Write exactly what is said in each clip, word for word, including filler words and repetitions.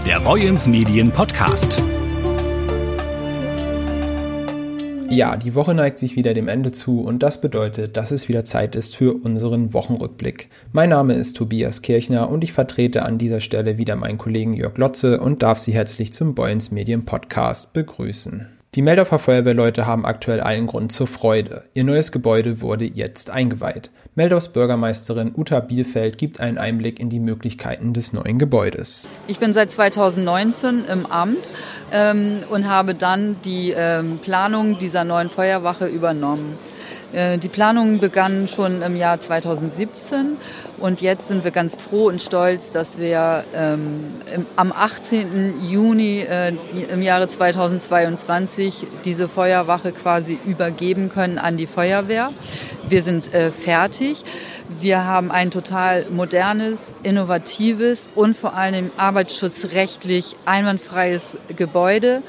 der Boyens Medien Podcast. Ja, die Woche neigt sich wieder dem Ende zu und das bedeutet, dass es wieder Zeit ist für unseren Wochenrückblick. Mein Name ist Tobias Kirchner und ich vertrete an dieser Stelle wieder meinen Kollegen Jörg Lotze und darf Sie herzlich zum Boyens Medien Podcast begrüßen. Die Meldorfer Feuerwehrleute haben aktuell allen Grund zur Freude. Ihr neues Gebäude wurde jetzt eingeweiht. Meldorfs Bürgermeisterin Uta Bielfeld gibt einen Einblick in die Möglichkeiten des neuen Gebäudes. Ich bin seit zweitausendneunzehn im Amt ähm, und habe dann die ähm, Planung dieser neuen Feuerwache übernommen. Äh, die Planungen begannen schon im Jahr zweitausendsiebzehn und jetzt sind wir ganz froh und stolz, dass wir ähm, im, am achtzehnten Juni äh, die, im Jahre zweitausendzweiundzwanzig diese Feuerwache quasi übergeben können an die Feuerwehr. Wir sind äh, fertig. Wir haben ein total modernes, innovatives und vor allem arbeitsschutzrechtlich einwandfreies Gebäude.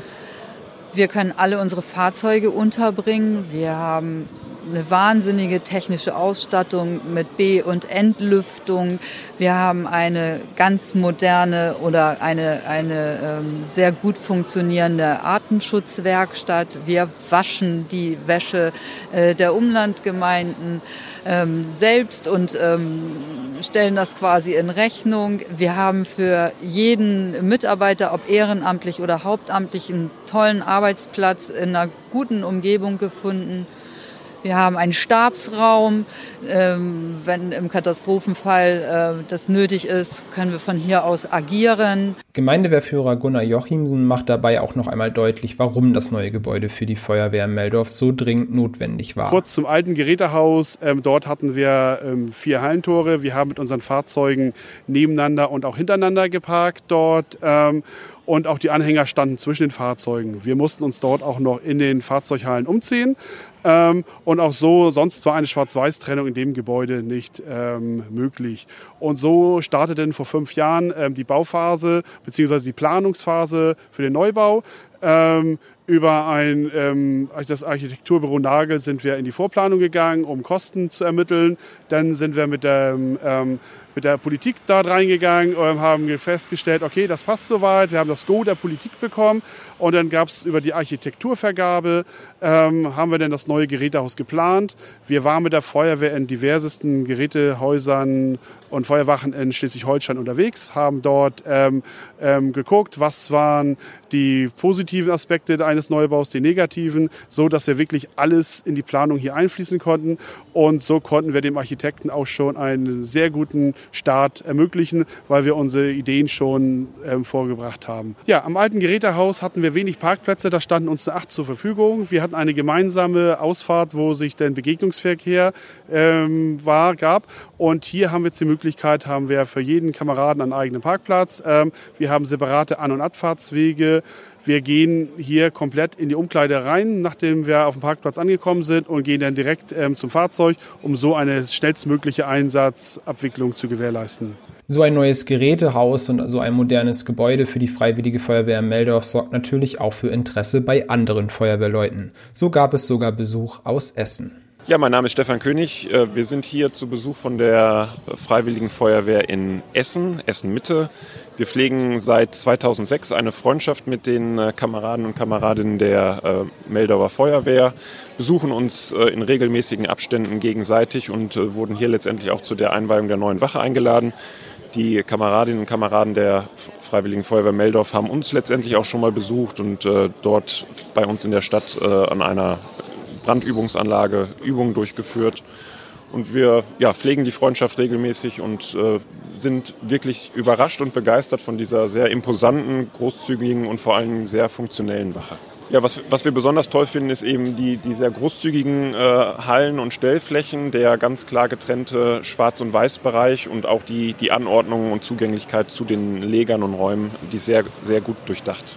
Wir können alle unsere Fahrzeuge unterbringen. Wir haben eine wahnsinnige technische Ausstattung mit B- und Entlüftung. Wir haben eine ganz moderne oder eine, eine ähm, sehr gut funktionierende Artenschutzwerkstatt. Wir waschen die Wäsche äh, der Umlandgemeinden ähm, selbst und ähm, stellen das quasi in Rechnung. Wir haben für jeden Mitarbeiter, ob ehrenamtlich oder hauptamtlich, einen tollen Arbeitsplatz in einer guten Umgebung gefunden. Wir haben einen Stabsraum. Ähm, wenn im Katastrophenfall äh, das nötig ist, können wir von hier aus agieren. Gemeindewehrführer Gunnar Jochimsen macht dabei auch noch einmal deutlich, warum das neue Gebäude für die Feuerwehr in Meldorf so dringend notwendig war. Kurz zum alten Gerätehaus. Ähm, dort hatten wir ähm, vier Hallentore. Wir haben mit unseren Fahrzeugen nebeneinander und auch hintereinander geparkt dort. Ähm, Und auch die Anhänger standen zwischen den Fahrzeugen. Wir mussten uns dort auch noch in den Fahrzeughallen umziehen. Ähm, und auch so, sonst war eine Schwarz-Weiß-Trennung in dem Gebäude nicht ähm, möglich. Und so startete dann vor fünf Jahren ähm, die Bauphase bzw. die Planungsphase für den Neubau. Ähm, Über ein, ähm, das Architekturbüro Nagel sind wir in die Vorplanung gegangen, um Kosten zu ermitteln. Dann sind wir mit der, ähm, mit der Politik da reingegangen und haben festgestellt, okay, das passt soweit. Wir haben das Go der Politik bekommen. Und dann gab es über die Architekturvergabe, ähm, haben wir dann das neue Gerätehaus geplant. Wir waren mit der Feuerwehr in diversesten Gerätehäusern und Feuerwachen in Schleswig-Holstein unterwegs, haben dort ähm, ähm, geguckt, was waren die positiven Aspekte eines Neubaus, die negativen, so dass wir wirklich alles in die Planung hier einfließen konnten. Und so konnten wir dem Architekten auch schon einen sehr guten Start ermöglichen, weil wir unsere Ideen schon ähm, vorgebracht haben. Ja, am alten Gerätehaus hatten wir wenig Parkplätze, da standen uns acht zur Verfügung. Wir hatten eine gemeinsame Ausfahrt, wo sich der Begegnungsverkehr ähm, war, gab. Und hier haben wir jetzt die Möglichkeit, haben wir für jeden Kameraden einen eigenen Parkplatz. Ähm, wir haben separate An- und Abfahrtswege. Wir gehen hier komplett in die Umkleide rein, nachdem wir auf dem Parkplatz angekommen sind und gehen dann direkt ähm, zum Fahrzeug, um so eine schnellstmögliche Einsatzabwicklung zu gewährleisten. So ein neues Gerätehaus und so ein modernes Gebäude für die Freiwillige Feuerwehr in Meldorf sorgt natürlich auch für Interesse bei anderen Feuerwehrleuten. So gab es sogar Besuch aus Essen. Ja, mein Name ist Stefan König. Wir sind hier zu Besuch von der Freiwilligen Feuerwehr in Essen, Essen-Mitte. Wir pflegen seit zweitausendsechs eine Freundschaft mit den Kameraden und Kameradinnen der Meldorfer Feuerwehr, besuchen uns in regelmäßigen Abständen gegenseitig und wurden hier letztendlich auch zu der Einweihung der neuen Wache eingeladen. Die Kameradinnen und Kameraden der Freiwilligen Feuerwehr Meldorf haben uns letztendlich auch schon mal besucht und dort bei uns in der Stadt an einer Brandübungsanlage Übungen durchgeführt. Und wir ja, pflegen die Freundschaft regelmäßig und äh, sind wirklich überrascht und begeistert von dieser sehr imposanten, großzügigen und vor allem sehr funktionellen Wache. Ja, was, was wir besonders toll finden, ist eben die, die sehr großzügigen äh, Hallen und Stellflächen, der ganz klar getrennte Schwarz- und Weißbereich und auch die, die Anordnung und Zugänglichkeit zu den Legern und Räumen, die sehr, sehr gut durchdacht.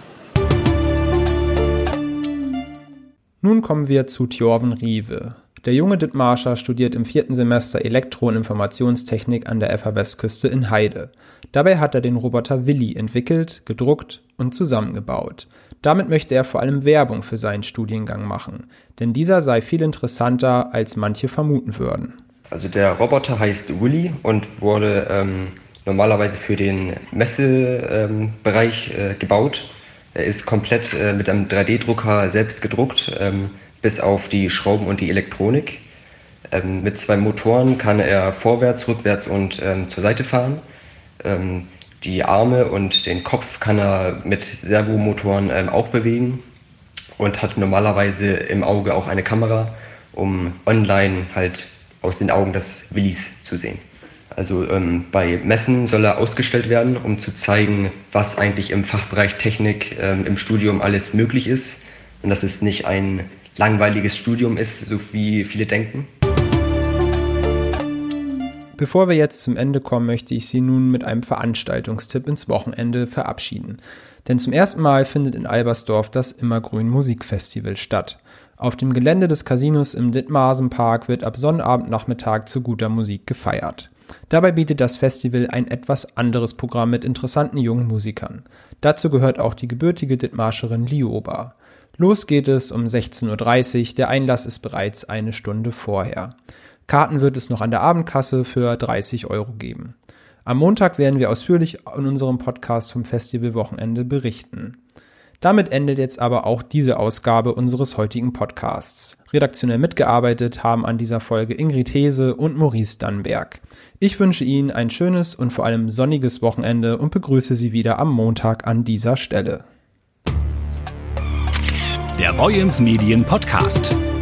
Nun kommen wir zu Tjorven Riewe. Der junge Dithmarscher studiert im vierten Semester Elektro- und Informationstechnik an der F H Westküste in Heide. Dabei hat er den Roboter Willi entwickelt, gedruckt und zusammengebaut. Damit möchte er vor allem Werbung für seinen Studiengang machen, denn dieser sei viel interessanter, als manche vermuten würden. Also der Roboter heißt Willi und wurde ähm, normalerweise für den Messebereich ähm, äh, gebaut. Er ist komplett äh, mit einem drei D Drucker selbst gedruckt, ähm, bis auf die Schrauben und die Elektronik. Ähm, mit zwei Motoren kann er vorwärts, rückwärts und ähm, zur Seite fahren. Ähm, die Arme und den Kopf kann er mit Servomotoren ähm, auch bewegen und hat normalerweise im Auge auch eine Kamera, um online halt aus den Augen des Willis zu sehen. Also ähm, bei Messen soll er ausgestellt werden, um zu zeigen, was eigentlich im Fachbereich Technik ähm, im Studium alles möglich ist und dass es nicht ein langweiliges Studium ist, so wie viele denken. Bevor wir jetzt zum Ende kommen, möchte ich Sie nun mit einem Veranstaltungstipp ins Wochenende verabschieden. Denn zum ersten Mal findet in Albersdorf das Immergrün Musikfestival statt. Auf dem Gelände des Casinos im Dithmarsen-Park wird ab Sonnabendnachmittag zu guter Musik gefeiert. Dabei bietet das Festival ein etwas anderes Programm mit interessanten jungen Musikern. Dazu gehört auch die gebürtige Dithmarscherin Lioba. Los geht es um sechzehn Uhr dreißig, der Einlass ist bereits eine Stunde vorher. Karten wird es noch an der Abendkasse für dreißig Euro geben. Am Montag werden wir ausführlich in unserem Podcast vom Festivalwochenende berichten. Damit endet jetzt aber auch diese Ausgabe unseres heutigen Podcasts. Redaktionell mitgearbeitet haben an dieser Folge Ingrid Hese und Maurice Dannenberg. Ich wünsche Ihnen ein schönes und vor allem sonniges Wochenende und begrüße Sie wieder am Montag an dieser Stelle. Der Boyens Medien Podcast.